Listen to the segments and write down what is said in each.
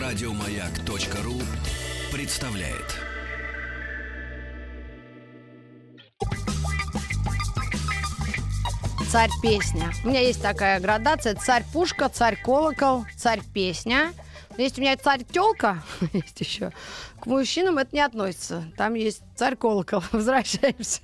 Радиомаяк.ру представляет. Царь-песня. У меня есть такая градация: царь-пушка, царь-колокол, царь-песня. Есть у меня царь-тёлка, есть еще. К мужчинам это не относится. Там есть царь-колокол. Возвращаемся.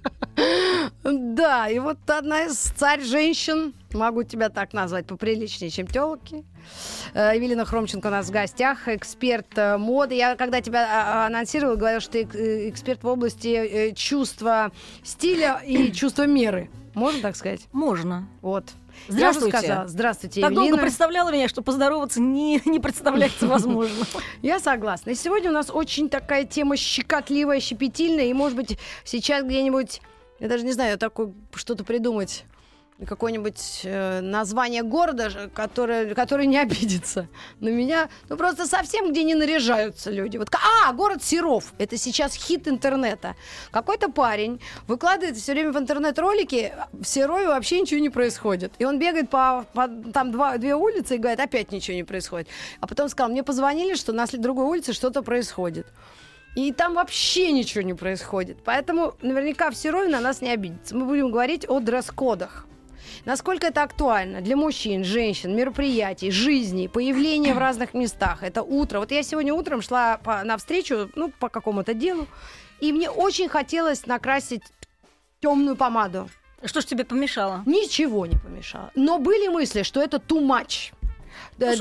Да, и вот одна из царь-женщин, могу тебя так назвать, поприличнее, чем тёлки. Евелина Хромченко у нас в гостях, эксперт моды. Я когда тебя анонсировала, говорила, что ты эксперт в области чувства стиля и чувства меры. Можно так сказать? Можно. Вот. Здравствуйте. Здравствуйте, так Евелина. долго представляла меня, что поздороваться не представляется возможно. Я согласна. И сегодня у нас очень такая тема щекотливая, щепетильная. И, может быть, сейчас где-нибудь, я даже не знаю, такое что-то придумать. Какое-нибудь название города, которое не обидится на меня. Ну, просто совсем где не наряжаются люди. Вот, город Серов. Это сейчас хит интернета. Какой-то парень выкладывает все время в интернет ролики. В Серове вообще ничего не происходит. И он бегает по там две улицы и говорит, опять ничего не происходит. А потом сказал, мне позвонили, что на другой улице что-то происходит. И там вообще ничего не происходит. Поэтому наверняка в Серове на нас не обидится. Мы будем говорить о дресс-кодах. Насколько это актуально для мужчин, женщин, мероприятий, жизни, появления в разных местах. Это утро. Вот я сегодня утром шла навстречу, по какому-то делу, и мне очень хотелось накрасить темную помаду. Что ж тебе помешало? Ничего не помешало. Но были мысли, что это too much. Для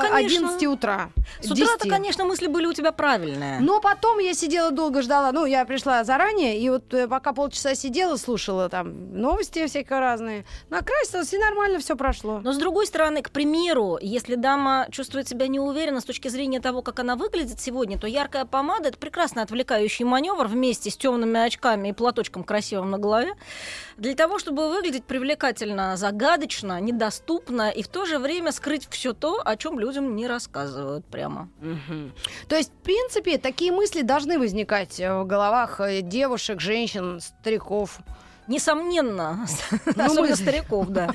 11 утра. С утра-то, конечно, мысли были у тебя правильные. Но потом я сидела долго, ждала. Я пришла заранее, и вот пока полчаса сидела, слушала там новости всякие разные, накрасилась, и нормально все прошло. Но, с другой стороны, к примеру, если дама чувствует себя неуверенно с точки зрения того, как она выглядит сегодня, то яркая помада — это прекрасно отвлекающий маневр вместе с темными очками и платочком красивым на голове, для того, чтобы выглядеть привлекательно, загадочно, недоступно и в то же время скрыть все то, о чем людям не рассказывают прямо. Угу. То есть, в принципе, такие мысли должны возникать в головах девушек, женщин, стариков. Несомненно, особенно стариков, да.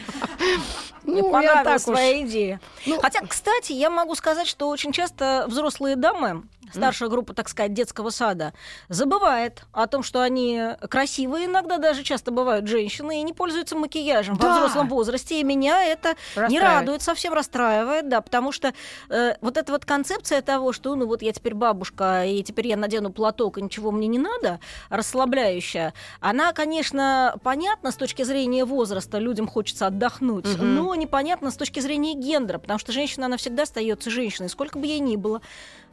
Мне я понравилась так своя идея. Хотя, кстати, я могу сказать, что очень часто взрослые дамы, старшая группа, так сказать, детского сада, забывает о том, что они красивые, иногда даже часто бывают женщины, и не пользуются макияжем во взрослом возрасте. И меня это не радует, совсем расстраивает, да, потому что вот эта вот концепция того, что я теперь бабушка, и теперь я надену платок, и ничего мне не надо, расслабляющая, она, конечно, понятна с точки зрения возраста, людям хочется отдохнуть, но непонятно с точки зрения гендера, потому что женщина, она всегда остается женщиной, сколько бы ей ни было.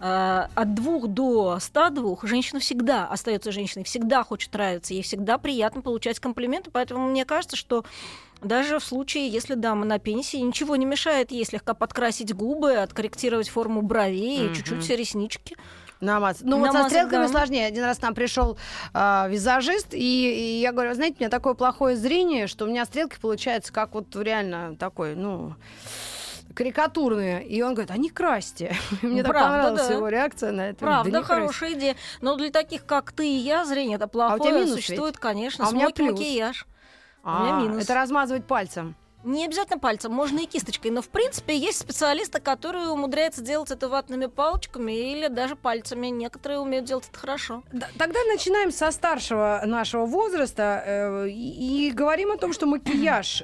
От 2 до 102 женщина всегда остается женщиной, всегда хочет нравиться, ей всегда приятно получать комплименты, поэтому мне кажется, что даже в случае, если дама на пенсии, ничего не мешает ей слегка подкрасить губы, откорректировать форму бровей и чуть-чуть реснички. Вот со стрелками сложнее. Один раз нам пришел визажист, и я говорю, знаете, у меня такое плохое зрение, что у меня стрелки получаются как вот реально такой, карикатурные. И он говорит, не красьте. Мне так понравилась его реакция на это. Правда, хорошая идея. Но для таких, как ты и я, зрение это плохое. Существует, конечно, смоки, макияж. У меня минус. Это размазывать пальцем. Не обязательно пальцем, можно и кисточкой. Но, в принципе, есть специалисты, которые умудряются делать это ватными палочками или даже пальцами. Некоторые умеют делать это хорошо. Тогда начинаем со старшего нашего возраста и говорим о том, что макияж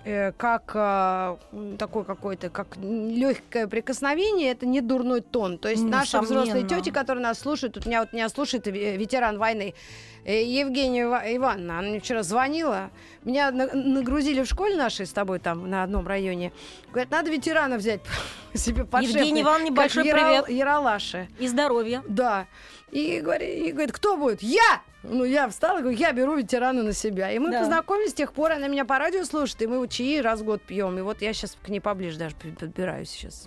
как такой какой-то, как легкое прикосновение, это не дурной тон. То есть наши взрослые тети, которые нас слушают, тут меня слушает ветеран войны, Евгения Ивановна, она мне вчера звонила, меня нагрузили в школе нашей с тобой там на одном районе. Говорят, надо ветерана взять себе под шеф. Евгения Ивановна, небольшой привет. Яралаши. И здоровья. Да. И говорит, кто будет? Я! Я встала и говорю, я беру ветерана на себя. И мы познакомились, с тех пор она меня по радио слушает, и мы чаи раз в год пьем. И вот я сейчас к ней поближе даже подбираюсь сейчас.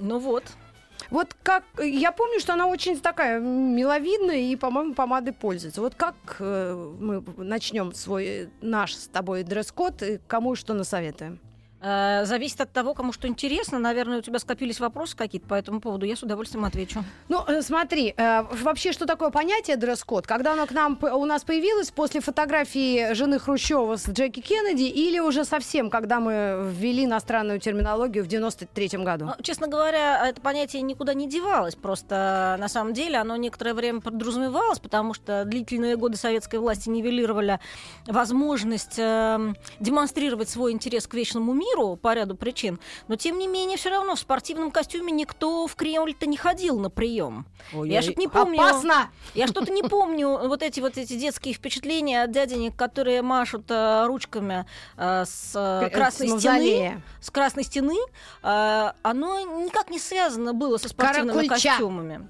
Вот как... Я помню, что она очень такая миловидная и, по-моему, помадой пользуется. Вот как мы начнем наш с тобой дресс-код и кому что насоветуем? Зависит от того, кому что интересно. Наверное, у тебя скопились вопросы какие-то по этому поводу. Я с удовольствием отвечу. Ну, смотри, вообще, что такое понятие дресс-код? Когда оно у нас появилось после фотографии жены Хрущева с Джеки Кеннеди или уже совсем, когда мы ввели иностранную терминологию в 93-м году? Честно говоря, это понятие никуда не девалось. Просто, на самом деле, оно некоторое время подразумевалось, потому что длительные годы советской власти нивелировали возможность демонстрировать свой интерес к вечному миру по ряду причин. Но, тем не менее, все равно в спортивном костюме никто в Кремль-то не ходил на прием. Я что-то не помню. Опасно! Я что-то не помню вот эти детские впечатления от дяденек, которые машут ручками с красной стены. С красной стены. Оно никак не связано было со спортивными костюмами.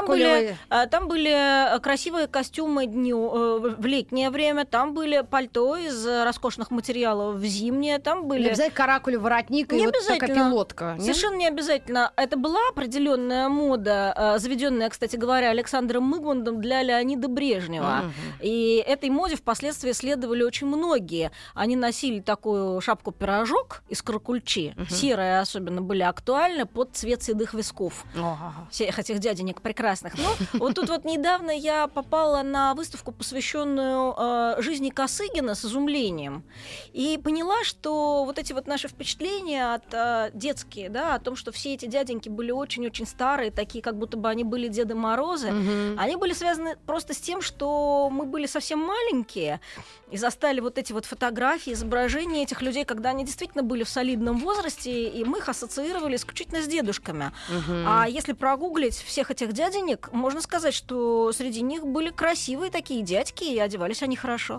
Там были красивые костюмы в летнее время, там были пальто из роскошных материалов в зимнее, там были... Не обязательно каракуль, воротник и вот такая пилотка. Совершенно не обязательно. Это была определенная мода, заведенная, кстати говоря, Александром Мыгмандом для Леонида Брежнева. И этой моде впоследствии следовали очень многие. Они носили такую шапку-пирожок из каракульчи. Серые особенно были актуальны под цвет седых висков. Всех этих дяденек прекрасных. Но вот тут вот недавно я попала на выставку, посвященную жизни Косыгина, с изумлением. И поняла, что вот эти вот наши впечатления детские, да, о том, что все эти дяденьки были очень-очень старые, такие, как будто бы они были Деды Морозы, они были связаны просто с тем, что мы были совсем маленькие и застали вот эти вот фотографии, изображения этих людей, когда они действительно были в солидном возрасте, и мы их ассоциировали исключительно с дедушками. А если прогуглить всех этих дяденек, можно сказать, что среди них были красивые такие дядьки, и одевались они хорошо.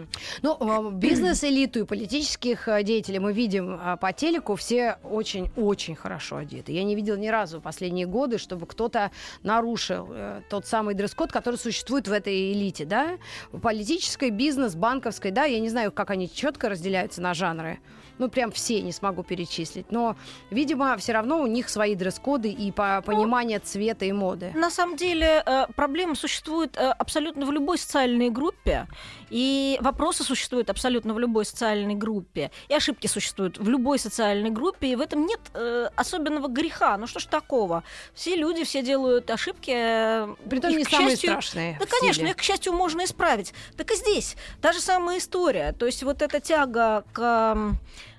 Ну, бизнес-элиту и политических деятелей мы видим по телеку, все очень-очень хорошо одеты. Я не видела ни разу в последние годы, чтобы кто-то нарушил тот самый дресс-код, который существует в этой элите, да? Политической, бизнес, банковской, да? Я не знаю, как они четко разделяются на жанры. Ну, прям все не смогу перечислить. Но, видимо, все равно у них свои дресс-коды и понимание цвета и моды. На самом деле проблема существует абсолютно в любой социальной группе. И вопросы существуют абсолютно в любой социальной группе. И ошибки существуют в любой социальной группе. И в этом нет особенного греха. Ну что ж такого? Все люди, все делают ошибки. Притом не самые страшные. Да, конечно, их, к счастью, можно исправить. Так и здесь та же самая история. То есть вот эта тяга к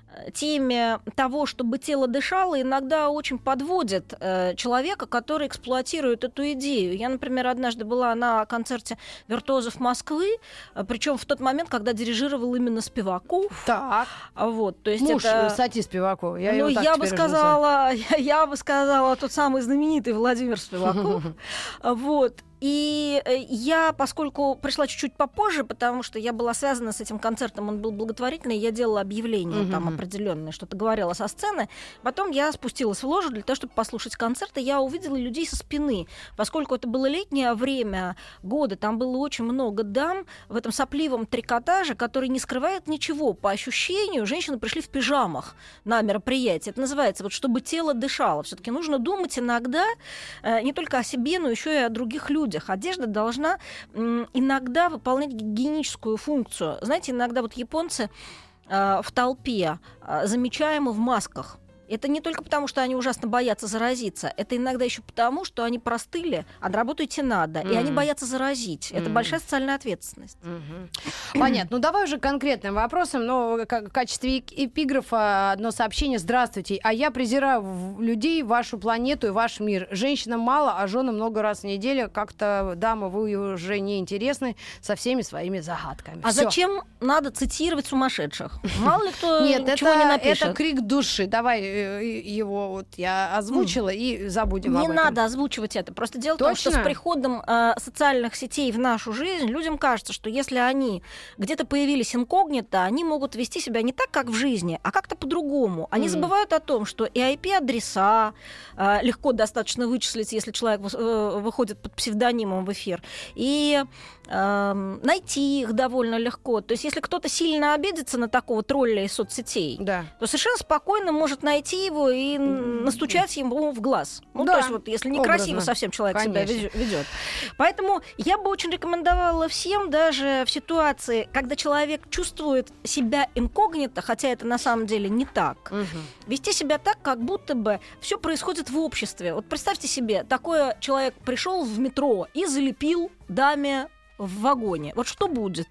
теме того, чтобы тело дышало, иногда очень подводит человека, который эксплуатирует эту идею. Я, например, однажды была на концерте виртуозов Москвы, причем в тот момент, когда дирижировал именно Спиваков. Так. Вот, то есть муж это... Сати Спивакова. Я бы сказала, тот самый знаменитый Владимир Спиваков. Вот. И я, поскольку пришла чуть-чуть попозже, потому что я была связана с этим концертом, он был благотворительный, я делала объявления там определенные, что-то говорила со сцены. Потом я спустилась в ложу для того, чтобы послушать концерт, и я увидела людей со спины. Поскольку это было летнее время года, там было очень много дам в этом сопливом трикотаже, который не скрывает ничего. По ощущению, женщины пришли в пижамах на мероприятие. Это называется вот «чтобы тело дышало». Все-таки нужно думать иногда не только о себе, но еще и о других людях. Одежда должна иногда выполнять гигиеническую функцию. Знаете, иногда вот японцы в толпе замечаемы в масках. Это не только потому, что они ужасно боятся заразиться, это иногда еще потому, что они простыли, а на работу идти надо, и они боятся заразить. Это большая социальная ответственность. Понятно. Ну, давай уже конкретным вопросом, но в качестве эпиграфа одно сообщение. Здравствуйте, а я презираю людей, вашу планету и ваш мир. Женщинам мало, а женам много раз в неделю. Как-то, дама, вы уже не интересны со всеми своими загадками. А зачем надо цитировать сумасшедших? Мало ли кто ничего не напишет. Это крик души. Давай его вот я озвучила и забудем об этом. Не надо озвучивать это. Просто дело в том, что с приходом социальных сетей в нашу жизнь людям кажется, что если они где-то появились инкогнито, они могут вести себя не так, как в жизни, а как-то по-другому. Они забывают о том, что и IP-адреса легко достаточно вычислить, если человек выходит под псевдонимом в эфир, и найти их довольно легко. То есть если кто-то сильно обидится на такого тролля из соцсетей, то совершенно спокойно может найти найти его и настучать ему в глаз. Ну, Да, то есть, вот, если некрасиво образно. совсем человек Конечно. себя ведет. Поэтому я бы очень рекомендовала всем, даже в ситуации, когда человек чувствует себя инкогнито, хотя это на самом деле не так, вести себя так, как будто бы все происходит в обществе. Вот представьте себе, такой человек пришел в метро и залепил даме в вагоне. Вот что будет?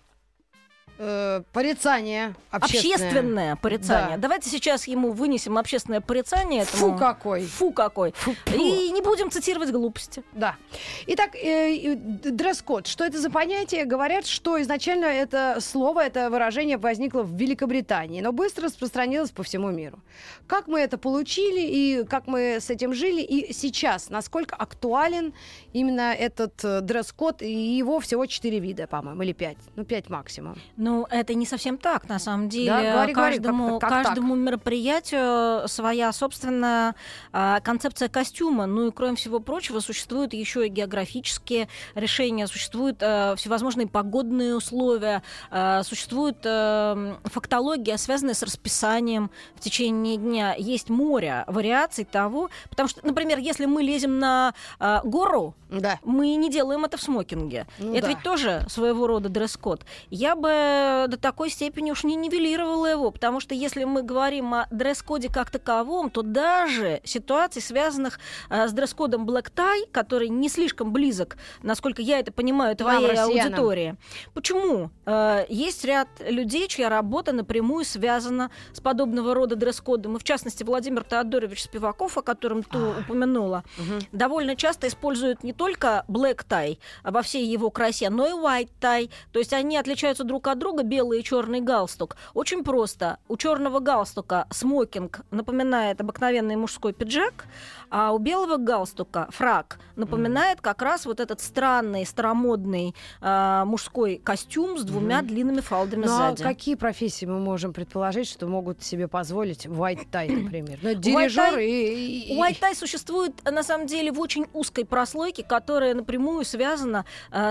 Порицание Общественное порицание. Да. Давайте сейчас ему вынесем общественное порицание. Фу какой. Фу какой. И не будем цитировать глупости. Да. Итак, дресс-код. Что это за понятие? Говорят, что изначально это слово, это выражение возникло в Великобритании, но быстро распространилось по всему миру. Как мы это получили и как мы с этим жили? И сейчас насколько актуален именно этот дресс-код? И его всего 4 вида, по-моему, или 5. Ну, 5 максимум. Ну, это не совсем так, на самом деле. Да? Говори, Каждому как мероприятию своя собственная концепция костюма. Ну и, кроме всего прочего, существуют еще и географические решения, существуют всевозможные погодные условия, существует фактология, связанная с расписанием в течение дня. Есть море вариаций того, потому что, например, если мы лезем на гору, Да. мы не делаем это в смокинге. Ну это да. ведь тоже своего рода дресс-код. Я бы до такой степени уж не нивелировала его, потому что если мы говорим о дресс-коде как таковом, то даже ситуаций, связанных с дресс-кодом Black Tie, который не слишком близок, насколько я это понимаю, твоей россиянам. аудитории. Почему? Есть ряд людей, чья работа напрямую связана с подобного рода дресс-кодом. И, в частности, Владимир Теодорович Спиваков, о котором ты упомянула, довольно часто использует не только Black Tie во всей его красе, но и White Tie. То есть они отличаются друг от друга, белый и черный галстук. Очень просто. У черного галстука смокинг напоминает обыкновенный мужской пиджак, а у белого галстука фрак напоминает как раз вот этот странный, старомодный мужской костюм с двумя длинными фалдами Ну, а сзади. какие профессии мы можем предположить, что могут себе позволить white tie, например? Ну, это дирижер и... White tie существует, на самом деле, в очень узкой прослойке, которая напрямую связана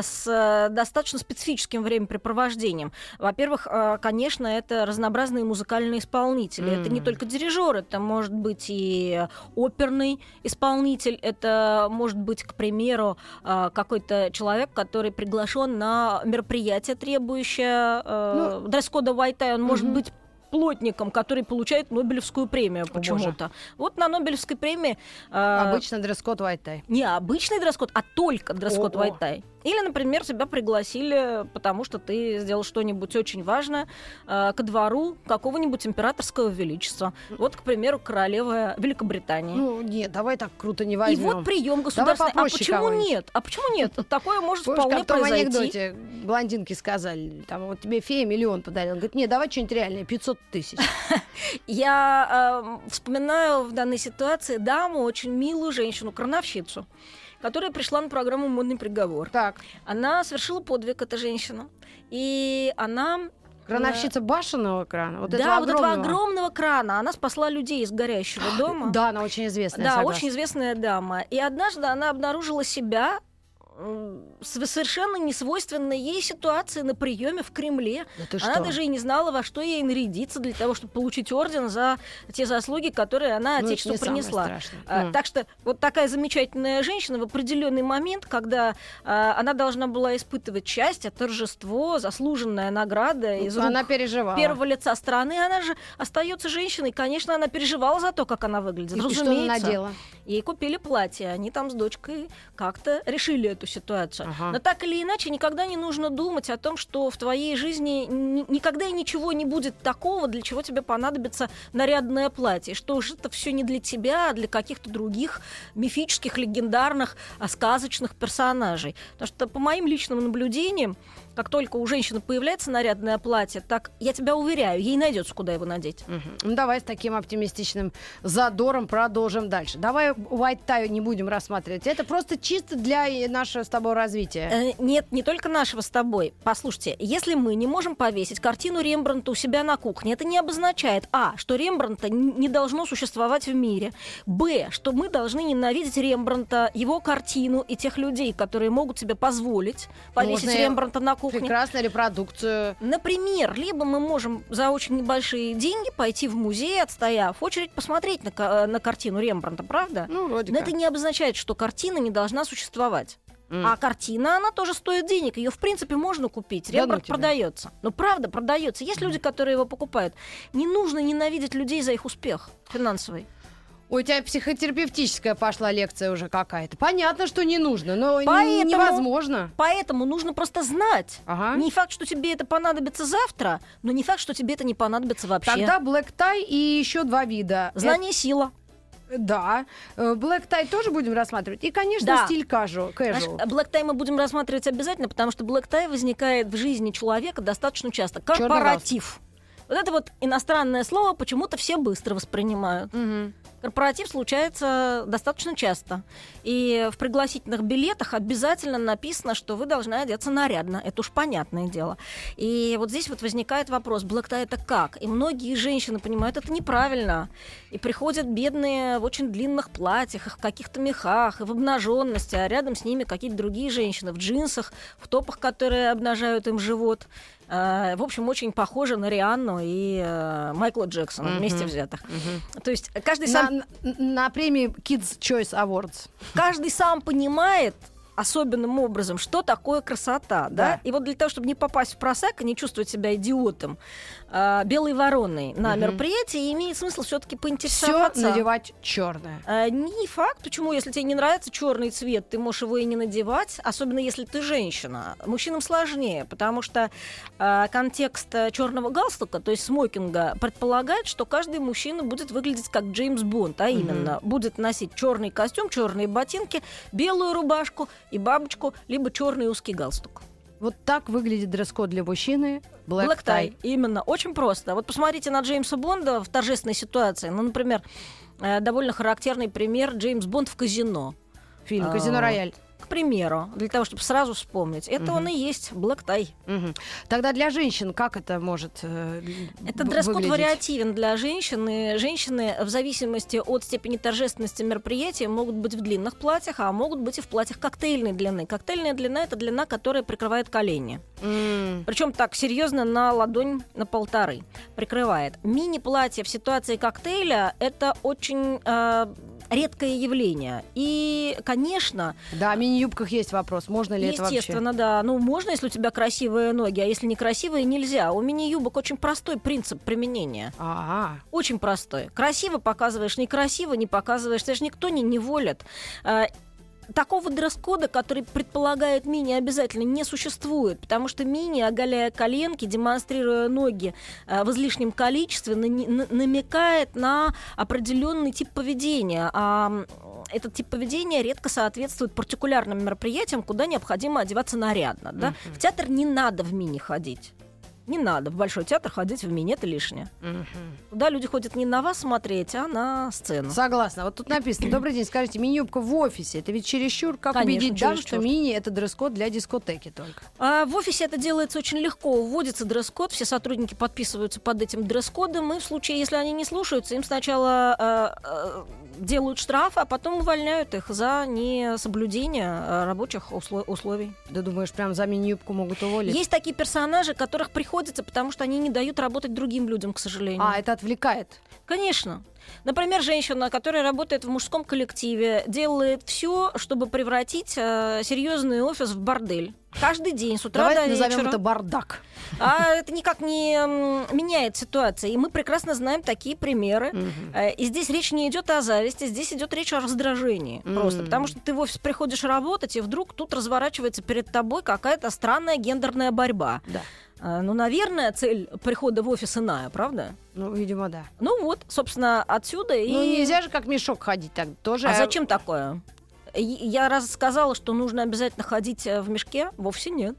с достаточно специфическим времяпрепровождением. Во-первых, конечно, это разнообразные музыкальные исполнители. Это не только дирижер, это может быть и оперный исполнитель, это может быть, к примеру, какой-то человек, который приглашен на мероприятие, требующее дресс-кода white tie. Он может быть плотником, который получает Нобелевскую премию почему-то. Вот на Нобелевской премии... Обычно дресс-код white tie. Не обычный дресс-код, а только дресс-код white tie. Или, например, тебя пригласили, потому что ты сделал что-нибудь очень важное ко двору какого-нибудь императорского величества. Вот, к примеру, королева Великобритании. Ну, нет, давай так круто не И возьмем. вот прием государственный. А почему кого-нибудь. нет? А почему нет? Такое может Помнишь, вполне как в том произойти. анекдоте блондинки сказали, там, вот тебе фея миллион подарила. Он говорит, нет, давай что-нибудь реальное, 500 тысяч. Я вспоминаю в данной ситуации даму, очень милую женщину, крановщицу, которая пришла на программу «Модный приговор». Так, Она совершила подвиг, эта женщина. И она... крановщица башенного крана, вот да, этого вот этого огромного. огромного крана. Она спасла людей из горящего дома. Да, она очень известная, Да, согласна. очень известная дама. И однажды она обнаружила себя в совершенно несвойственной ей ситуации на приеме в Кремле. Да ты Она что? даже и не знала, во что ей нарядиться для того, чтобы получить орден за те заслуги, которые она Ну, это Отечеству не самое принесла. страшное. Так что вот такая замечательная женщина в определенный момент, когда она должна была испытывать счастье, торжество, заслуженная награда из рук Она переживала. первого лица страны, она же остается женщиной. Конечно, она переживала за то, как она выглядит. И что она Разумеется. надела? Ей купили платье, они там с дочкой как-то решили эту ситуацию. Ага. Но так или иначе, никогда не нужно думать о том, что в твоей жизни никогда и ничего не будет такого, для чего тебе понадобится нарядное платье. Что уж это все не для тебя, а для каких-то других мифических, легендарных, сказочных персонажей. Потому что по моим личным наблюдениям, как только у женщины появляется нарядное платье, так, я тебя уверяю, ей найдется, куда его надеть. Ну, давай с таким оптимистичным задором продолжим дальше. Давай white tie не будем рассматривать. Это просто чисто для нашего с тобой развития. Нет, не только нашего с тобой. Послушайте, если мы не можем повесить картину Рембрандта у себя на кухне, это не обозначает, что Рембрандта не должно существовать в мире, что мы должны ненавидеть Рембрандта, его картину и тех людей, которые могут себе позволить повесить Можно Рембрандта на кухне. кухне. Прекрасная репродукция. Например, либо мы можем за очень небольшие деньги пойти в музей, отстояв очередь, посмотреть на картину Рембрандта, правда? Ну, вроде Но как. это не обозначает, что картина не должна существовать. А картина, она тоже стоит денег. Ее, в принципе, можно купить. Да ну Рембрандт тебя. продается. Ну, правда, продается. Есть люди, которые его покупают. Не нужно ненавидеть людей за их успех финансовый. Ой, у тебя психотерапевтическая пошла лекция уже какая-то. Понятно, что не нужно, но Поэтому- невозможно. Поэтому нужно просто знать. Ага. Не факт, что тебе это понадобится завтра, но не факт, что тебе это не понадобится вообще. Тогда black tie и еще 2 вида. Знание — сила. Да. Black tie тоже будем рассматривать. И, конечно, Да. стиль casual. Black tie мы будем рассматривать обязательно, потому что black tie возникает в жизни человека достаточно часто. Чёрный Корпоратив. Вот это вот иностранное слово почему-то все быстро воспринимают. Мгм. Корпоратив случается достаточно часто. И в пригласительных билетах обязательно написано, что вы должны одеться нарядно. Это уж понятное дело. И вот здесь вот возникает вопрос, black tie это как? И многие женщины понимают, это неправильно. И приходят бедные в очень длинных платьях, в каких-то мехах, и в обнаженности, а рядом с ними какие-то другие женщины в джинсах, в топах, которые обнажают им живот. В общем, очень похоже на Рианну и Майкла Джексона вместе взятых. То есть каждый На премии Kids Choice Awards. каждый сам понимает особенным образом, что такое красота, да? Да. И вот для того, чтобы не попасть в просак и не чувствовать себя идиотом, белой вороной на мероприятии, имеет смысл все-таки Все поинтересоваться. надевать черное. Не факт, почему, если тебе не нравится черный цвет, ты можешь его и не надевать, особенно если ты женщина. Мужчинам сложнее, потому что контекст черного галстука, то есть смокинга, предполагает, что каждый мужчина будет выглядеть как Джеймс Бонд, а именно будет носить черный костюм, черные ботинки, белую рубашку и бабочку, либо черный узкий галстук. Вот так выглядит дресс-код для мужчины. Black tie. Именно. Очень просто. Вот посмотрите на Джеймса Бонда в торжественной ситуации. Ну, например, довольно характерный пример — Джеймс Бонд в казино. Фильм «Казино Рояль». К примеру, для того, чтобы сразу вспомнить. Это он и есть black tie. Мгм. Тогда для женщин как это может Это дресс-код выглядеть? вариативен для женщин. И женщины в зависимости от степени торжественности мероприятия могут быть в длинных платьях, а могут быть и в платьях коктейльной длины. Коктейльная длина — это длина, которая прикрывает колени. Причем так серьезно, на ладонь на 1,5 прикрывает. Мини-платье в ситуации коктейля — это очень редкое явление. И, конечно, Да, о мини-юбках есть вопрос. Можно ли это вообще? естественно, да. Ну, можно, если у тебя красивые ноги, а если некрасивые, нельзя. У мини-юбок очень простой принцип применения. Очень простой. Красиво показываешь, некрасиво не показываешь. Тебя же никто не неволит. Такого дресс-кода, который предполагает мини, обязательно не существует, потому что мини, оголяя коленки, демонстрируя ноги в излишнем количестве, намекает на определенный тип поведения. А этот тип поведения редко соответствует партикулярным мероприятиям, куда необходимо одеваться нарядно. Да? В театр не надо в мини ходить. Не надо в Большой театр ходить в мини, это лишнее. Туда люди ходят не на вас смотреть, а на сцену. Согласна. Вот тут написано: добрый день, скажите, мини-юбка в офисе — это ведь чересчур? Как Конечно, убедить дам, чересчур. что мини — это дресс-код для дискотеки только? В офисе это делается очень легко. Вводится дресс-код, все сотрудники подписываются под этим дресс-кодом, и в случае, если они не слушаются, им сначала делают штраф, а потом увольняют их за несоблюдение рабочих условий. Да думаешь, прям за мини-юбку могут уволить? Есть такие персонажи, которых приходится, потому что они не дают работать другим людям, к сожалению. Это отвлекает. Конечно. Например, женщина, которая работает в мужском коллективе, делает все, чтобы превратить серьезный офис в бордель. Каждый день, с утра Давайте до назовем вечера. это бардак. А это никак не меняет ситуацию. И мы прекрасно знаем такие примеры. И здесь речь не идет о зависти, здесь идет речь о раздражении. Просто потому что ты в офис приходишь работать, и вдруг тут разворачивается перед тобой какая-то странная гендерная борьба. Да. Ну, наверное, цель прихода в офис иная, правда? Ну, видимо, да. Ну вот, собственно, отсюда и... Ну, нельзя же как мешок ходить так тоже. А зачем такое? Я раз сказала, что нужно обязательно ходить в мешке, вовсе нет.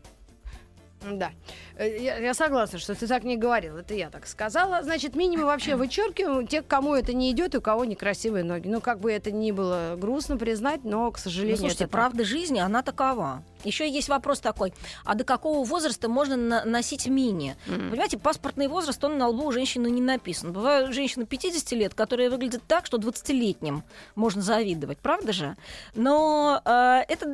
Да. Я согласна, что ты так не говорил. Это я так сказала. Значит, мини мы вообще вычеркиваем тех, кому это не идет и у кого некрасивые ноги. Ну, как бы это ни было грустно признать, но, к сожалению, Слушайте, это правда жизни, она такова. Еще есть вопрос такой: а до какого возраста можно носить мини? Понимаете, паспортный возраст, он на лбу у женщины не написан. Бывают женщины 50 лет, которые выглядят так, что 20-летним можно завидовать, правда же? Но это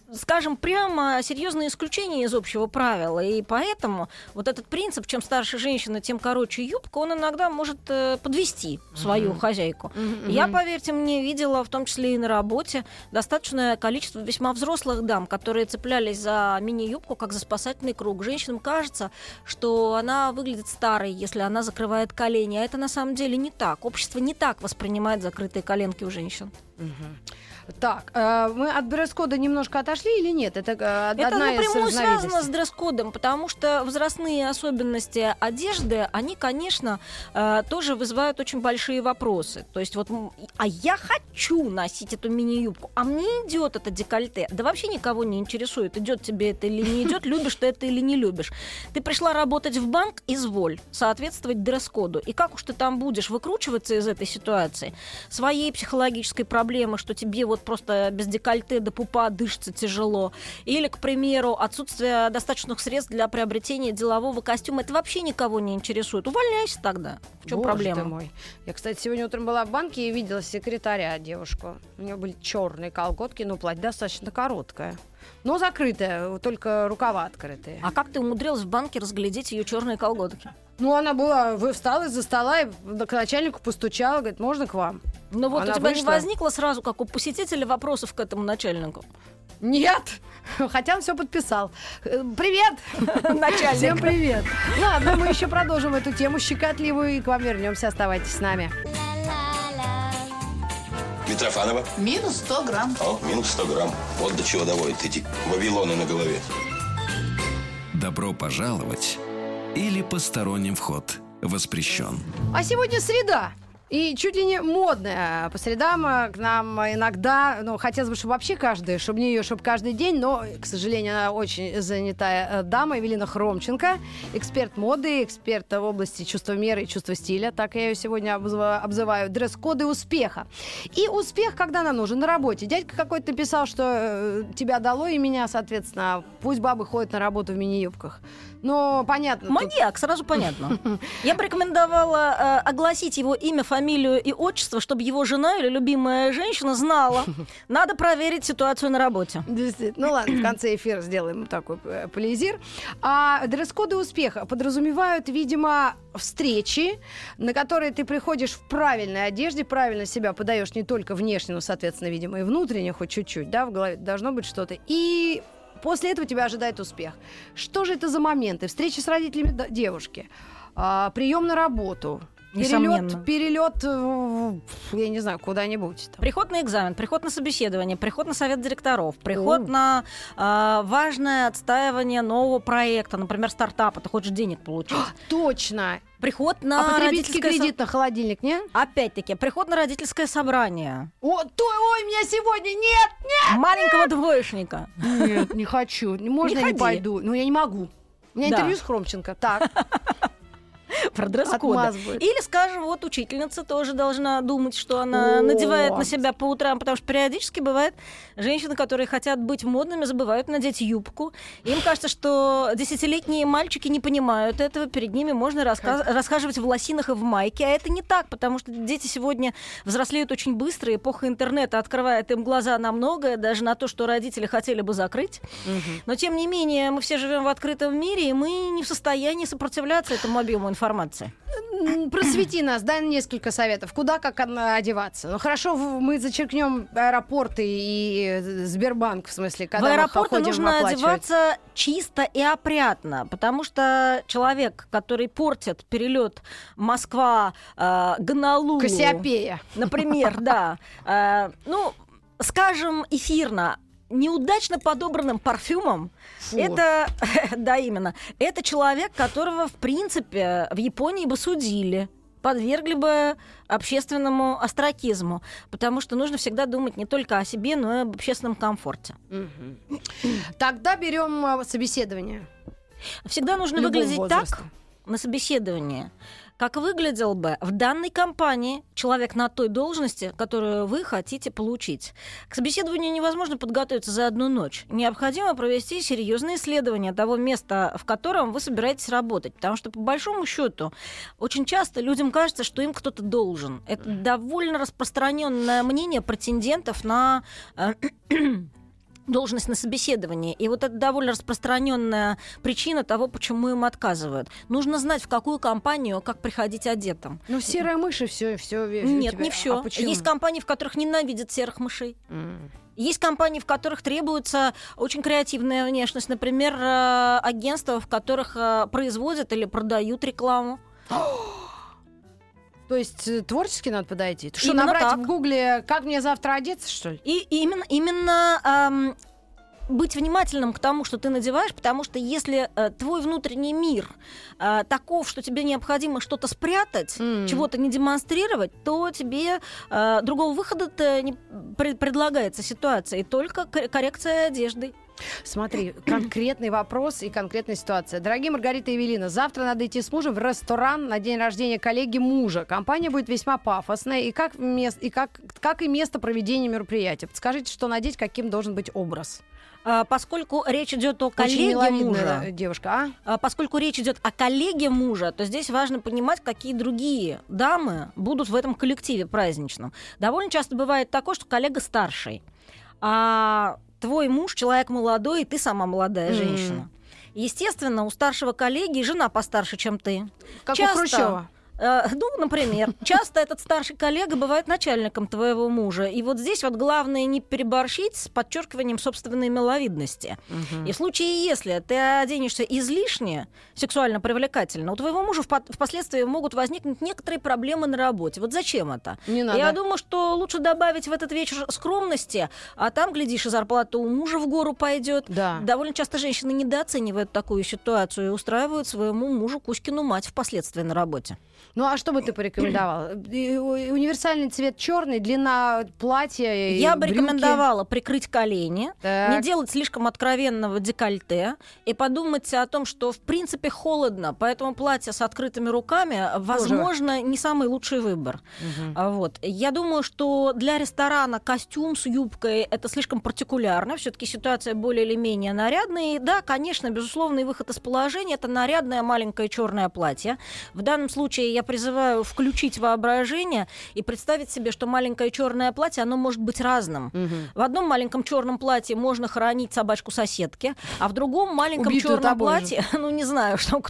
скажем прямо, серьезные исключения из общего правила. И поэтому вот этот принцип, чем старше женщина, тем короче юбка, он иногда может подвести свою хозяйку. Я, поверьте мне, видела, в том числе и на работе, достаточное количество весьма взрослых дам, которые цеплялись за мини-юбку, как за спасательный круг. Женщинам кажется, что она выглядит старой, если она закрывает колени. А это на самом деле не так. Общество не так воспринимает закрытые коленки у женщин. Так, мы от дресс-кода немножко отошли или нет? Это одна из напрямую связано разновидностей. с дресс-кодом, потому что возрастные особенности одежды, они, конечно, тоже вызывают очень большие вопросы. То есть вот, а я хочу носить эту мини-юбку, а мне идет это декольте. Да вообще никого не интересует, идет тебе это или не идет, любишь ты это или не любишь. Ты пришла работать в банк, изволь соответствовать дресс-коду. И как уж ты там будешь выкручиваться из этой ситуации, своей психологической проблемы, что тебе вот просто без декольте до пупа дышится тяжело. Или, к примеру, отсутствие достаточных средств для приобретения делового костюма. Это вообще никого не интересует. Увольняйся тогда. В чем проблема? Ты мой. Я, кстати, сегодня утром была в банке и видела секретаря, девушку. У нее были черные колготки, но платье достаточно короткое. Но закрытое, только рукава открытые. А как ты умудрилась в банке разглядеть ее черные колготки? Ну, она была, встала из-за стола и к начальнику постучала, говорит, можно к вам? Ну вот Она у тебя вышла. не возникло сразу, как у посетителя, вопросов к этому начальнику? Нет, хотя он все подписал. Привет, Начальник. Всем привет. Ладно, мы еще продолжим эту тему щекотливую и к вам вернемся. Оставайтесь с нами. Митрофанова. Минус 100 грамм. О, минус 100 грамм. Вот до чего доводят эти вавилоны на голове. Добро пожаловать или посторонним вход воспрещен. А сегодня среда. И чуть ли не модная. По средам к нам иногда, ну, хотелось бы, чтобы вообще каждый, чтобы не ее, чтобы каждый день, но, к сожалению, она очень занятая дама, Евелина Хромченко, эксперт моды, эксперт в области чувства меры и чувства стиля, так я ее сегодня обзываю, дресс-коды успеха. И успех, когда нам нужен, на работе. Дядька какой-то написал, что тебя дало и меня, соответственно, пусть бабы ходят на работу в мини-юбках. Но понятно. Маньяк, сразу понятно. Я бы рекомендовала огласить его имя, фамилию и отчество, чтобы его жена или любимая женщина знала. Надо проверить ситуацию на работе. Действительно. Ну ладно, в конце эфира сделаем такой полизир. А дресс-коды успеха подразумевают, видимо, встречи, на которые ты приходишь в правильной одежде, правильно себя подаешь не только внешне, но, соответственно, видимо, и внутренне, хоть чуть-чуть, да, в голове должно быть что-то. И после этого тебя ожидает успех. Что же это за моменты? Встречи с родителями девушки, прием на работу, перелет, я не знаю, куда-нибудь. Там. Приход на экзамен, приход на собеседование, приход на совет директоров, приход на важное отстаивание нового проекта, например, стартапа. Ты хочешь денег получить. Точно. Приход на потребительский кредит на холодильник, нет? Опять-таки, приход на родительское собрание. Ой, меня сегодня нет! Маленького двоечника. Нет, не хочу. Можно Не я не ходи. пойду? Ну, я не могу. У меня интервью с Хромченко. Так. Про дресс-коды. Отмазывает. Или, скажем, вот учительница тоже должна думать, что она надевает на себя по утрам, потому что периодически бывает женщины, которые хотят быть модными, забывают надеть юбку. Им кажется, что десятилетние мальчики не понимают этого, перед ними можно расхаживать в лосинах и в майке, а это не так, потому что дети сегодня взрослеют очень быстро, эпоха интернета открывает им глаза на многое, даже на то, что родители хотели бы закрыть. Но, тем не менее, мы все живем в открытом мире, и мы не в состоянии сопротивляться этому объему информации. Просвети нас, дай несколько советов. Куда, как одеваться? Ну хорошо, мы зачеркнем аэропорты и Сбербанк, в смысле, когда в мы аэропорты ходим нужно оплачивать. одеваться чисто и опрятно, потому что человек, который портит перелет Москва-Гонолулу, Кассиопея. например, да, ну, скажем, эфирно, неудачно подобранным парфюмом, это, да, именно, это человек, которого, в принципе, в Японии бы судили, подвергли бы общественному остракизму, потому что нужно всегда думать не только о себе, но и об общественном комфорте. Тогда берем собеседование. Всегда нужно Любого выглядеть возраста. так на собеседовании, как выглядел бы в данной компании человек на той должности, которую вы хотите получить. К собеседованию невозможно подготовиться за одну ночь. Необходимо провести серьезные исследования того места, в котором вы собираетесь работать. Потому что, по большому счету, очень часто людям кажется, что им кто-то должен. Это довольно распространенное мнение претендентов на должность на собеседовании. И вот это довольно распространенная причина того, почему им отказывают. Нужно знать, в какую компанию, как приходить одетым. Ну, серая мышь и все. Нет, не все. Есть компании, в которых ненавидят серых мышей. Есть компании, в которых требуется очень креативная внешность. Например, агентства, в которых производят или продают рекламу. То есть творчески надо подойти? Что, Именно набрать так. в Гугле, как мне завтра одеться, что ли? И именно быть внимательным к тому, что ты надеваешь, потому что если твой внутренний мир таков, что тебе необходимо что-то спрятать, чего-то не демонстрировать, то тебе другого выхода-то не предлагается ситуация, и только коррекция одежды. Смотри, конкретный вопрос и конкретная ситуация. Дорогие Маргарита и Эвелина, завтра надо идти с мужем в ресторан на день рождения коллеги мужа. Компания будет весьма пафосная, и как и место проведения мероприятия. Подскажите, что надеть, каким должен быть образ? Поскольку речь идет о коллеге мужа, девушка, поскольку речь идет о коллеге мужа, то здесь важно понимать, какие другие дамы будут в этом коллективе праздничном. Довольно часто бывает такое, что коллега старший, а твой муж человек молодой, и ты сама молодая женщина. Естественно, у старшего коллеги жена постарше, чем ты. Как у Хрущева. Например, часто этот старший коллега бывает начальником твоего мужа. И вот здесь вот главное не переборщить с подчеркиванием собственной миловидности. И в случае, если ты оденешься излишне сексуально привлекательно, у твоего мужа впоследствии могут возникнуть некоторые проблемы на работе. Вот зачем это? Не надо. Я думаю, что лучше добавить в этот вечер скромности, а там, глядишь, и зарплата у мужа в гору пойдет. Да. Довольно часто женщины недооценивают такую ситуацию и устраивают своему мужу Кузькину мать впоследствии на работе. Ну, а что бы ты порекомендовала? Универсальный цвет черный, длина платья и Я бы брюки. рекомендовала прикрыть колени, Так. не делать слишком откровенного декольте и подумать о том, что в принципе холодно, поэтому платье с открытыми руками, возможно, не самый лучший выбор. Вот. Я думаю, что для ресторана костюм с юбкой это слишком партикулярно, все-таки ситуация более или менее нарядная. И да, конечно, безусловный выход из положения это нарядное маленькое черное платье. В данном случае я призываю включить воображение и представить себе, что маленькое черное платье, оно может быть разным. В одном маленьком черном платье можно хоронить собачку соседки, а в другом маленьком черном платье, ну не знаю, что,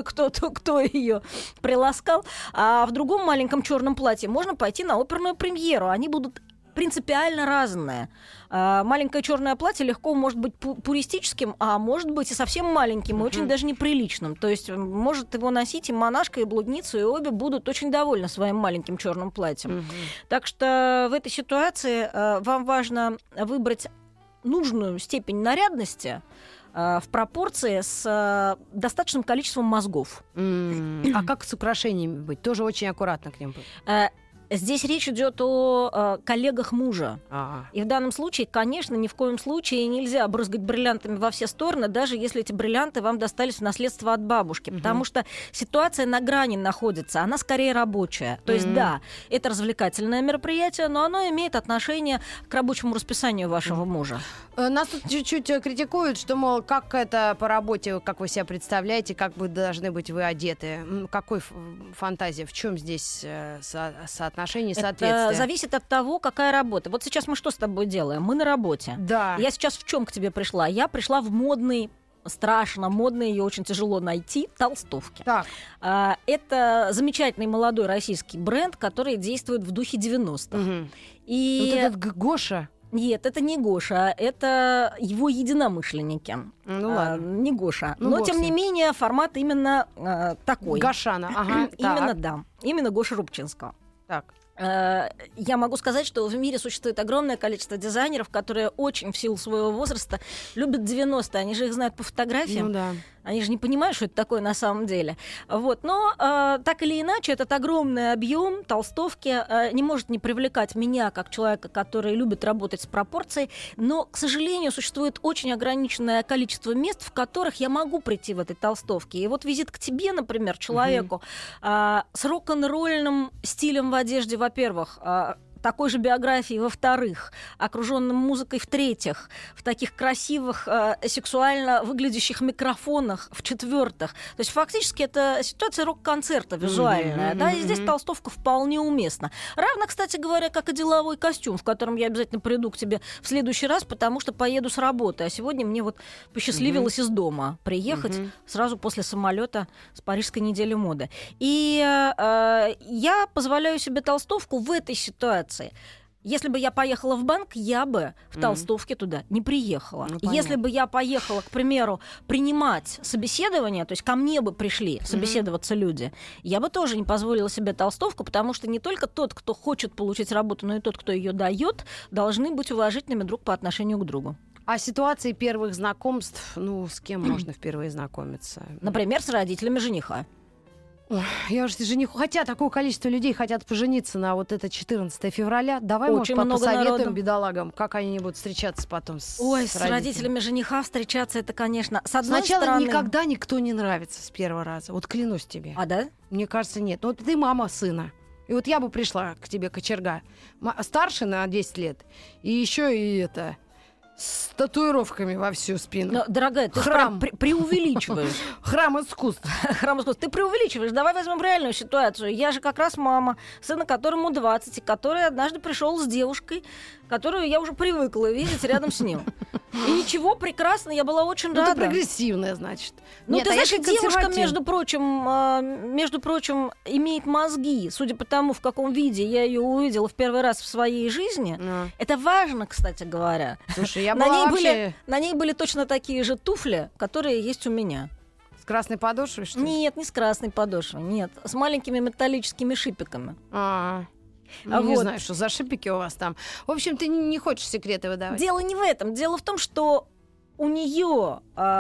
кто ее приласкал, а в другом маленьком черном платье можно пойти на оперную премьеру. Они будут принципиально разные. Маленькое черное платье легко может быть пуристическим, а может быть и совсем маленьким, и очень даже неприличным. То есть может его носить и монашка, и блудница, и обе будут очень довольны своим маленьким черным платьем. Так что в этой ситуации вам важно выбрать нужную степень нарядности в пропорции с достаточным количеством мозгов. А как с украшениями быть? Тоже очень аккуратно к ним быть. Здесь речь идет о коллегах мужа. И в данном случае, конечно, ни в коем случае нельзя брызгать бриллиантами во все стороны, даже если эти бриллианты вам достались в наследство от бабушки. Потому что ситуация на грани находится, она скорее рабочая. То есть, да, это развлекательное мероприятие, но оно имеет отношение к рабочему расписанию вашего мужа. Нас тут чуть-чуть критикуют, что, мол, как это по работе, как вы себя представляете, как вы должны быть вы одеты. Какой фантазия? В чем здесь соотношение, соответствие? Это зависит от того, какая работа. Вот сейчас мы что с тобой делаем? Мы на работе. Да. Я сейчас в чем к тебе пришла? Я пришла в модный, страшно модные, ее очень тяжело найти, толстовки. Так. Это замечательный молодой российский бренд, который действует в духе 90-х. И вот этот Гоша. Нет, это не Гоша, это его единомышленники. Ну ладно. Не Гоша. Ну, но, тем не менее, формат именно такой. Гошана, ага. Именно, да. Именно Гоша Рубчинского. Так. Я могу сказать, что в мире существует огромное количество дизайнеров, которые очень в силу своего возраста любят 90-е. Они же их знают по фотографиям. Ну да. Они же не понимают, что это такое на самом деле. Вот. Но так или иначе, этот огромный объем толстовки не может не привлекать меня, как человека, который любит работать с пропорцией. Но, к сожалению, существует очень ограниченное количество мест, в которых я могу прийти в этой толстовке. И вот визит к тебе, например, человеку с рок-н-ролльным стилем в одежде, во-первых, такой же биографией, во-вторых, окруженным музыкой, в-третьих, в таких красивых, сексуально выглядящих микрофонах, в-четвертых. То есть фактически это ситуация рок-концерта визуальная, да, и здесь толстовка вполне уместна. Равно, кстати говоря, как и деловой костюм, в котором я обязательно приду к тебе в следующий раз, потому что поеду с работы. А сегодня мне вот посчастливилось из дома приехать сразу после самолета с Парижской недели моды. И я позволяю себе толстовку в этой ситуации. Если бы я поехала в банк, я бы в толстовке туда не приехала. Если бы я поехала, к примеру, принимать собеседование, то есть ко мне бы пришли собеседоваться люди, я бы тоже не позволила себе толстовку, потому что не только тот, кто хочет получить работу, но и тот, кто ее дает, должны быть уважительными друг по отношению к другу. А ситуации первых знакомств, с кем можно впервые знакомиться? Например, с родителями жениха. Я уже жениху. Хотя такое количество людей хотят пожениться на вот это 14 февраля. Давай, очень может, много посоветуем народу. Бедолагам, как они будут встречаться потом с родителями жениха встречаться, это, конечно, с одной Сначала стороны... никогда никто не нравится с первого раза. Вот клянусь тебе. А, да? Мне кажется, нет. Вот ты мама сына. И вот я бы пришла к тебе, кочерга. Старше на 10 лет. И еще и это... с татуировками во всю спину. Но, дорогая, ты Храм. преувеличиваешь. Храм искусств. Храм искусств. Ты преувеличиваешь. Давай возьмем реальную ситуацию. Я же как раз мама, сына которому 20, и который однажды пришел с девушкой, которую я уже привыкла видеть рядом с ним. И ничего, прекрасно, я была очень рада. Это прогрессивная, значит. Ну, Нет, ты знаешь, девушка, консервативная. между прочим, имеет мозги. Судя по тому, в каком виде я ее увидела в первый раз в своей жизни. Это важно, кстати говоря. Слушай, я была вообще... На ней были точно такие же туфли, которые есть у меня. С красной подошвой, что ли? Нет, не с красной подошвой, нет. С маленькими металлическими шипиками. Не знаю, что за шипики у вас там. В общем, ты не хочешь секреты выдавать. Дело не в этом. Дело в том, что у нее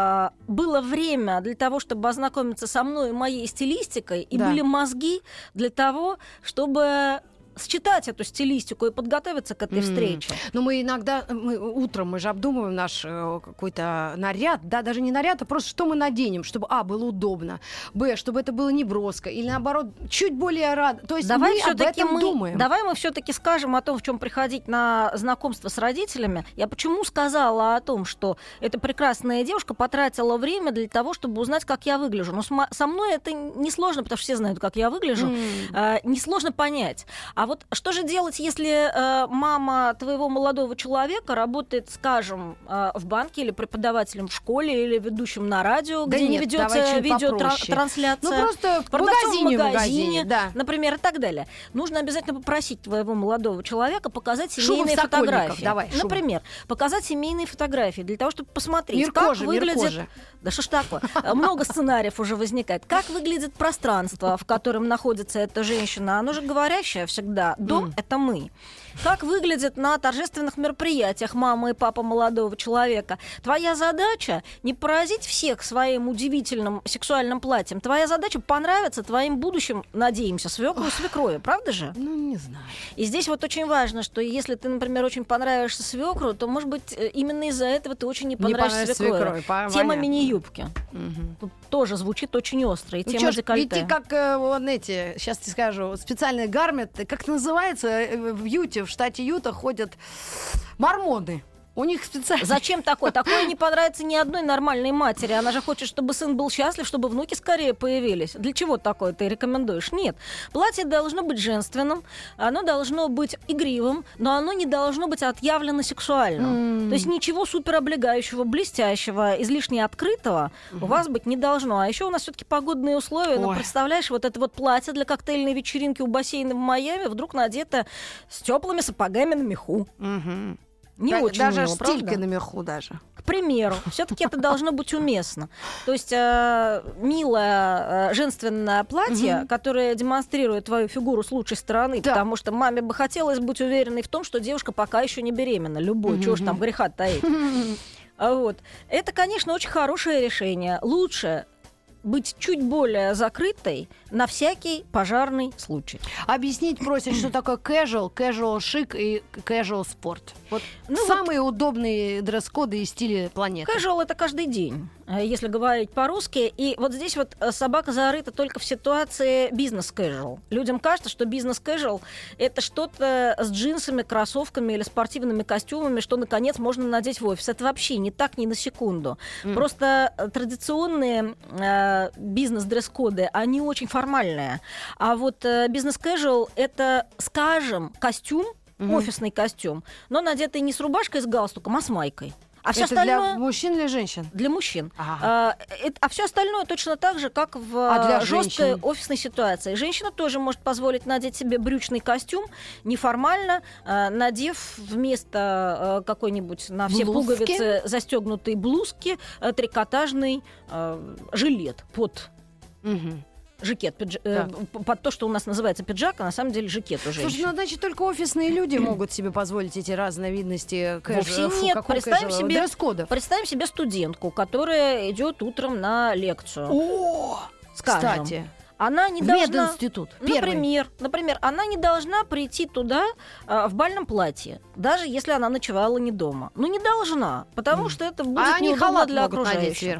было время для того, чтобы ознакомиться со мной и моей стилистикой, и были мозги для того, чтобы считать эту стилистику и подготовиться к этой встрече. Но мы иногда, утром мы же обдумываем наш какой-то наряд, да, даже не наряд, а просто что мы наденем, чтобы, было удобно, чтобы это было не броско, или наоборот, чуть более рад. То есть давай мы об этом думаем. Давай мы все-таки скажем о том, в чем приходить на знакомство с родителями. Я почему сказала о том, что эта прекрасная девушка потратила время для того, чтобы узнать, как я выгляжу. Но со мной это несложно, потому что все знают, как я выгляжу. Несложно понять. А вот что же делать, если мама твоего молодого человека работает, скажем, в банке или преподавателем в школе или ведущим на радио, где не ведется видеотрансляция? Ну, просто в магазине, да. Например, и так далее. Нужно обязательно попросить твоего молодого человека показать семейные фотографии. Давай, например, показать семейные фотографии для того, чтобы посмотреть, как выглядит... Да что ж такое? Много сценариев уже возникает. Как выглядит пространство, в котором находится эта женщина? Оно же говорящее всегда. Дом — это мы. Как выглядит на торжественных мероприятиях мама и папа молодого человека? Твоя задача не поразить всех своим удивительным сексуальным платьем. Твоя задача понравиться твоим будущим, надеемся, свекру и свекрови. Правда же? Ну, не знаю. И здесь вот очень важно, что если ты, например, очень понравишься свекру, то, может быть, именно из-за этого ты очень не понравишься свекрови. Тема мини-юбки. Тут тоже звучит очень остро. И тема декольте. Ведь как сейчас тебе скажу, специальные гарменты, как это называется, в Юте, в штате Юта ходят мормоны. У них специально... Зачем такое? Такое не понравится ни одной нормальной матери. Она же хочет, чтобы сын был счастлив, чтобы внуки скорее появились. Для чего такое ты рекомендуешь? Нет. Платье должно быть женственным, оно должно быть игривым, но оно не должно быть отъявленно сексуальным. То есть ничего супероблегающего, блестящего, излишне открытого у вас быть не должно. А еще у нас все-таки погодные условия. Ну, представляешь, вот это вот платье для коктейльной вечеринки у бассейна в Майами вдруг надето с теплыми сапогами на меху. Не очень даже мило, стилькой на меху даже. К примеру, все-таки это должно быть уместно. То есть милое женственное платье, которое демонстрирует твою фигуру с лучшей стороны, потому что маме бы хотелось быть уверенной в том, что девушка пока еще не беременна. Любой, чего ж там греха таить. Это, конечно, очень хорошее решение. Лучше быть чуть более закрытой, На всякий пожарный случай. Объяснить просят, что такое casual шик и casual спорт. Вот самые удобные дресс-коды и стили планеты. Casual — это каждый день, если говорить по-русски. И вот здесь вот собака зарыта только в ситуации бизнес-casual. Людям кажется, что бизнес-casual — это что-то с джинсами, кроссовками или спортивными костюмами, что, наконец, можно надеть в офис. Это вообще не так, ни на секунду. Просто традиционные бизнес-дресс-коды, они очень формальные. А вот бизнес-casual — это, скажем, костюм, офисный костюм, но надетый не с рубашкой с галстуком, а с майкой. А все остальное... для мужчин или женщин? Для мужчин. Ага. А все остальное точно так же, как в жесткой женщин? Офисной ситуации. Женщина тоже может позволить надеть себе брючный костюм неформально, надев вместо какой-нибудь на все пуговицы застегнутой блузки трикотажный жилет под... Жакет, под то, что у нас называется пиджак, а на самом деле жакет у женщин. Слушай, значит, только офисные люди могут себе позволить эти разновидности вовсе нет. Представим себе студентку, которая идет утром на лекцию. Скажем. Кстати. Она не должна... Мединститут. Например, она не должна прийти туда в бальном платье, даже если она ночевала не дома. Не должна, потому что это будет неудобно для окружающих.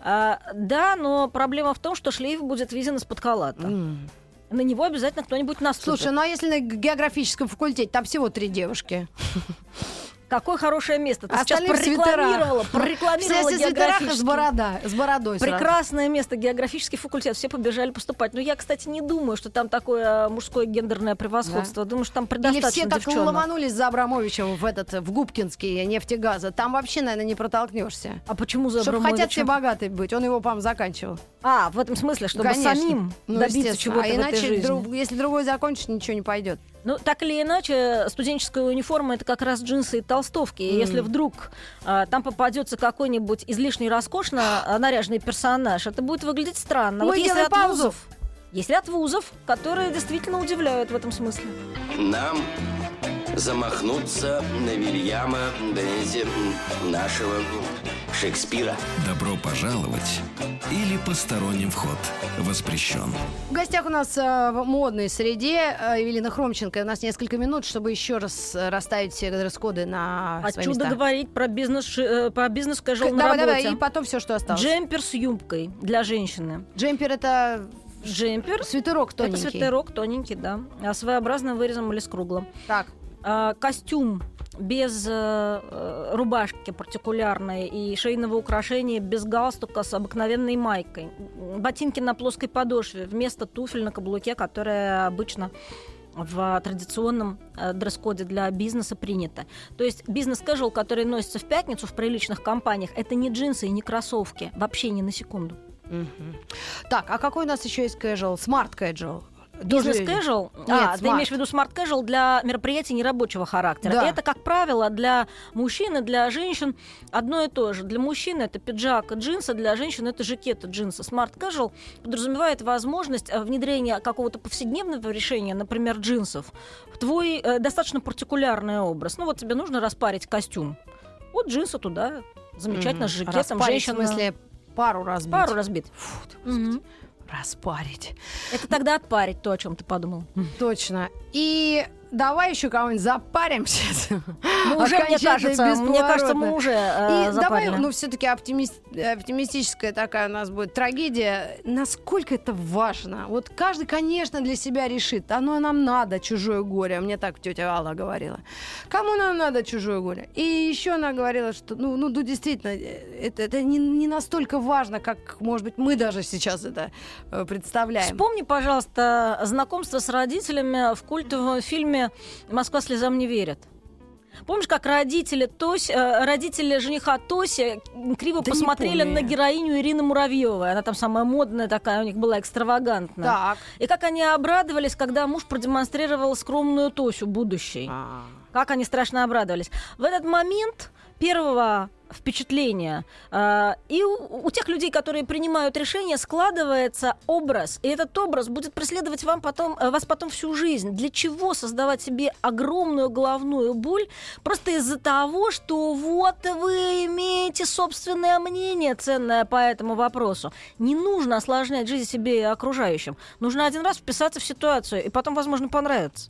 Да, но проблема в том, что шлейф будет виден из-под халата. На него обязательно кто-нибудь наступит. Слушай, а если на географическом факультете там всего 3 девушки? Какое хорошее место. Ты сейчас прорекламировала географический. С бородой. Прекрасное место, географический факультет. Все побежали поступать. Но я, кстати, не думаю, что там такое мужское гендерное превосходство. Да. Думаю, что там предостаточно девчонок. Или все так ломанулись за Абрамовичем в Губкинский нефтегаза. Там вообще, наверное, не протолкнешься. А почему за Абрамовичем? Чтобы хотят все богатые быть. Он его, по-моему, заканчивал. В этом смысле, чтобы самим добиться чего-то в этой жизни. Иначе, если другой закончишь, ничего не пойдет. Так или иначе, студенческая униформа — это как раз джинсы и толстовки. И если вдруг там попадется какой-нибудь излишне роскошно наряженный персонаж, это будет выглядеть странно. Есть ряд вузов, которые действительно удивляют в этом смысле. Нам замахнуться на Вильяма, нашего Шекспира. Добро пожаловать или посторонним вход воспрещен. В гостях у нас в модной среде Евелина Хромченко. У нас несколько минут, чтобы еще раз расставить все дресс-коды на свои места. Отсюда говорить про бизнес-casual на работе. Давай, и потом все, что осталось. Джемпер с юбкой для женщины. Джемпер — это... Свитерок тоненький. Это свитерок тоненький, да. Своеобразным вырезом или с круглым. Так. Костюм без рубашки партикулярной и шейного украшения, без галстука, с обыкновенной майкой. Ботинки на плоской подошве вместо туфель на каблуке, которые обычно в традиционном дресс-коде для бизнеса принято. То есть бизнес-кэжуал, который носится в пятницу в приличных компаниях, это не джинсы и не кроссовки. Вообще ни на секунду. Так, а какой у нас еще есть casual? Smart casual. Бизнес-кэжуал? Ты имеешь в виду смарт-кэжуал для мероприятий нерабочего характера. Да. Это, как правило, для мужчин и для женщин одно и то же. Для мужчин это пиджак и джинсы, для женщин это жакет и джинсы. Смарт-кэжуал подразумевает возможность внедрения какого-то повседневного решения, например, джинсов, в твой достаточно партикулярный образ. Тебе нужно распарить костюм. Вот джинсы туда, замечательно, с жакетом. Женщина... В смысле, пару разбить? Пару разбить. Распарить. Это тогда отпарить то, о чем ты подумал. Точно. И давай еще кого-нибудь запаримся. Мне кажется, мы уже запарили. Давай, все-таки оптимистическая такая у нас будет трагедия. Насколько это важно? Вот каждый, конечно, для себя решит. Оно нам надо, чужое горе. Мне так тетя Алла говорила. Кому нам надо чужое горе? И еще она говорила, что, действительно, это не настолько важно, как, может быть, мы даже сейчас это представляем. Вспомни, пожалуйста, знакомство с родителями в культовом фильме «Москва слезам не верит». Помнишь, как родители жениха Тоси криво посмотрели на героиню Ирины Муравьевой? Она там самая модная такая, у них была экстравагантная. Так. И как они обрадовались, когда муж продемонстрировал скромную Тосю будущей. Как они страшно обрадовались. В этот момент первого впечатления. И у тех людей, которые принимают решения, складывается образ. И этот образ будет преследовать вас потом всю жизнь. Для чего создавать себе огромную головную боль? Просто из-за того, что вот вы имеете собственное мнение ценное по этому вопросу. Не нужно осложнять жизнь себе и окружающим. Нужно один раз вписаться в ситуацию, и потом, возможно, понравится.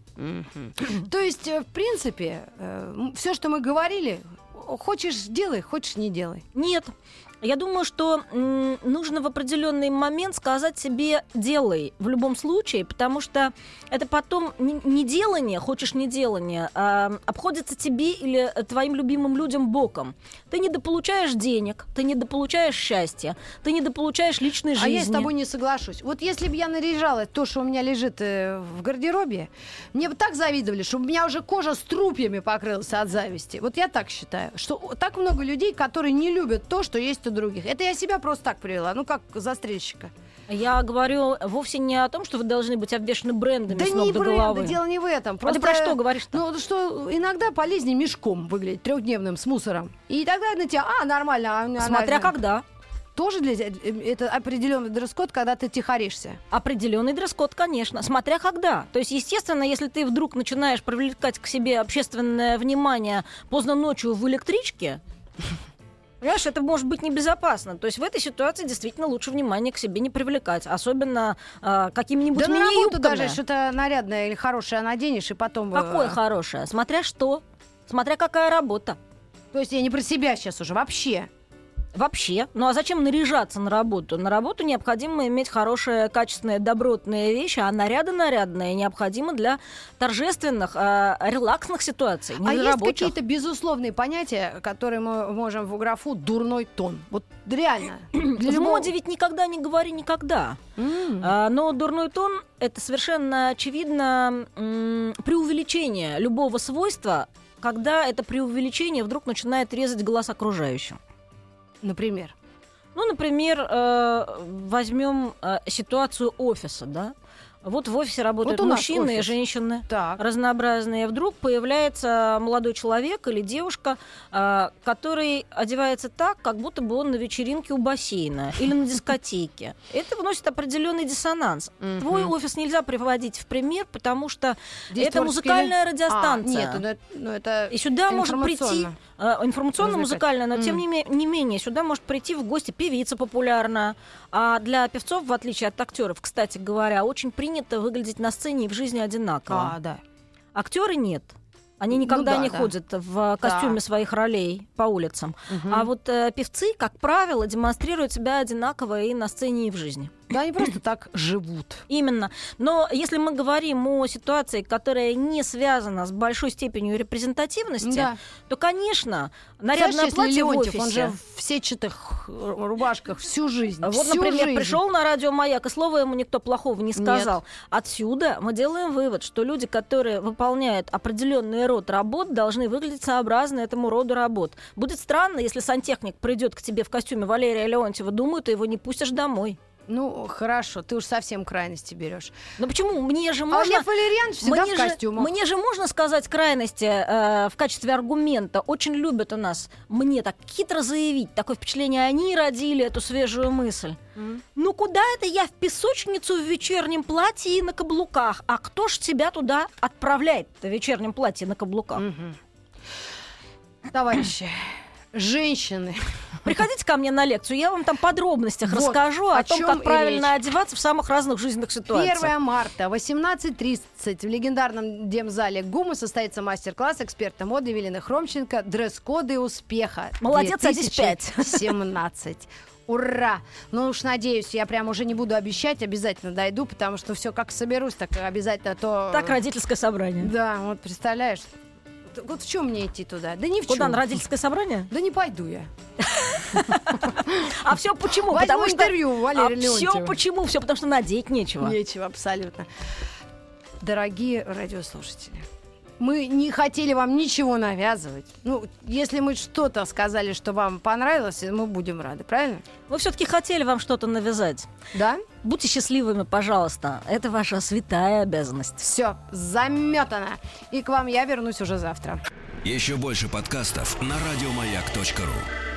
То есть, в принципе, все, что мы говорили, хочешь — делай, хочешь — не делай. Нет. Я думаю, что нужно в определенный момент сказать себе «делай» в любом случае, потому что это потом не делание, хочешь не делание, обходится тебе или твоим любимым людям боком. Ты недополучаешь денег, ты недополучаешь счастья, ты недополучаешь личной жизни. А я с тобой не соглашусь. Вот если бы я наряжала то, что у меня лежит в гардеробе, мне бы так завидовали, что у меня уже кожа струпьями покрылась от зависти. Вот я так считаю, что так много людей, которые не любят то, что есть у других. Это я себя просто так привела, как застрельщика. Я говорю вовсе не о том, что вы должны быть обвешаны брендами с ног до головы. Да дело не в этом. Просто... А ты про что говоришь-то? Что иногда полезнее мешком выглядеть трехдневным с мусором. И тогда на тебя, нормально. Смотря когда. Тоже это определенный дресс-код, когда ты тихоришься. Определенный дресс-код, конечно. Смотря когда. То есть, естественно, если ты вдруг начинаешь привлекать к себе общественное внимание поздно ночью в электричке, понимаешь, это может быть небезопасно. То есть в этой ситуации действительно лучше внимание к себе не привлекать. Особенно какими-нибудь мини-юбками. Да на работу даже что-то нарядное или хорошее наденешь, и потом... Какое хорошее? Смотря что. Смотря какая работа. То есть я не про себя сейчас уже, вообще. Вообще. Ну а зачем наряжаться на работу? На работу необходимо иметь хорошие, качественные, добротные вещи, а наряды нарядные необходимы для торжественных, релаксных ситуаций. А есть какие-то безусловные понятия, которые мы можем в графу «дурной тон»? Вот реально. В моде ведь никогда не говори никогда. Но дурной тон — это совершенно очевидно преувеличение любого свойства, когда это преувеличение вдруг начинает резать глаз окружающим. Например? Например, возьмем ситуацию офиса, да? Вот в офисе работают мужчины и женщины разнообразные. Вдруг появляется молодой человек или девушка, который одевается так, как будто бы он на вечеринке у бассейна или на дискотеке. Это вносит определенный диссонанс. Твой офис нельзя приводить в пример, потому что это музыкальная радиостанция. Это и сюда может прийти информационно-музыкальная, но тем не менее сюда может прийти в гости певица популярная. А для певцов, в отличие от актеров, кстати говоря, очень принято выглядеть на сцене и в жизни одинаково. Да. Актеры нет. Они никогда не ходят в костюме своих ролей по улицам. А вот певцы, как правило, демонстрируют себя одинаково и на сцене, и в жизни. Да, они просто так живут. Именно. Но если мы говорим о ситуации, которая не связана с большой степенью репрезентативности, то, конечно, нарядное платье в офисе... Он же в сетчатых рубашках всю жизнь. Вот, например, пришел на радио «Маяк», и слова ему никто плохого не сказал. Нет. Отсюда мы делаем вывод, что люди, которые выполняют определенный род работ, должны выглядеть сообразно этому роду работ. Будет странно, если сантехник придет к тебе в костюме Валерия Леонтьева, думаю, ты его не пустишь домой. Хорошо, ты уж совсем крайности берешь. Но почему? Мне же можно... Лев Валерьянович всегда в костюмах. Мне же можно сказать крайности в качестве аргумента. Очень любят у нас мне так хитро заявить. Такое впечатление, они родили эту свежую мысль. Куда это я в песочницу в вечернем платье и на каблуках? А кто ж тебя туда отправляет в вечернем платье и на каблуках? Товарищи, женщины, приходите ко мне на лекцию, я вам там в подробностях расскажу о том, как правильно одеваться в самых разных жизненных ситуациях. 1 марта, 18:30 в легендарном демзале ГУМа состоится мастер-класс эксперта моды Елены Хромченко «Дресс-коды успеха». Молодец, садись 5. 17. Ура! Уж надеюсь, я прям уже не буду обещать, обязательно дойду, потому что все как соберусь, так обязательно то... Так родительское собрание. Да, вот представляешь... Вот в чем мне идти туда? Да ни в чем. Куда, на родительское собрание? Да не пойду я. А все почему? Потому что интервью Валерия Леонтьева. Все почему? Все потому что надеть нечего. Нечего, абсолютно. Дорогие радиослушатели, мы не хотели вам ничего навязывать. Если мы что-то сказали, что вам понравилось, мы будем рады, правильно? Мы все-таки хотели вам что-то навязать. Да? Будьте счастливыми, пожалуйста. Это ваша святая обязанность. Все, заметано. И к вам я вернусь уже завтра. Еще больше подкастов на радиомаяк.ру.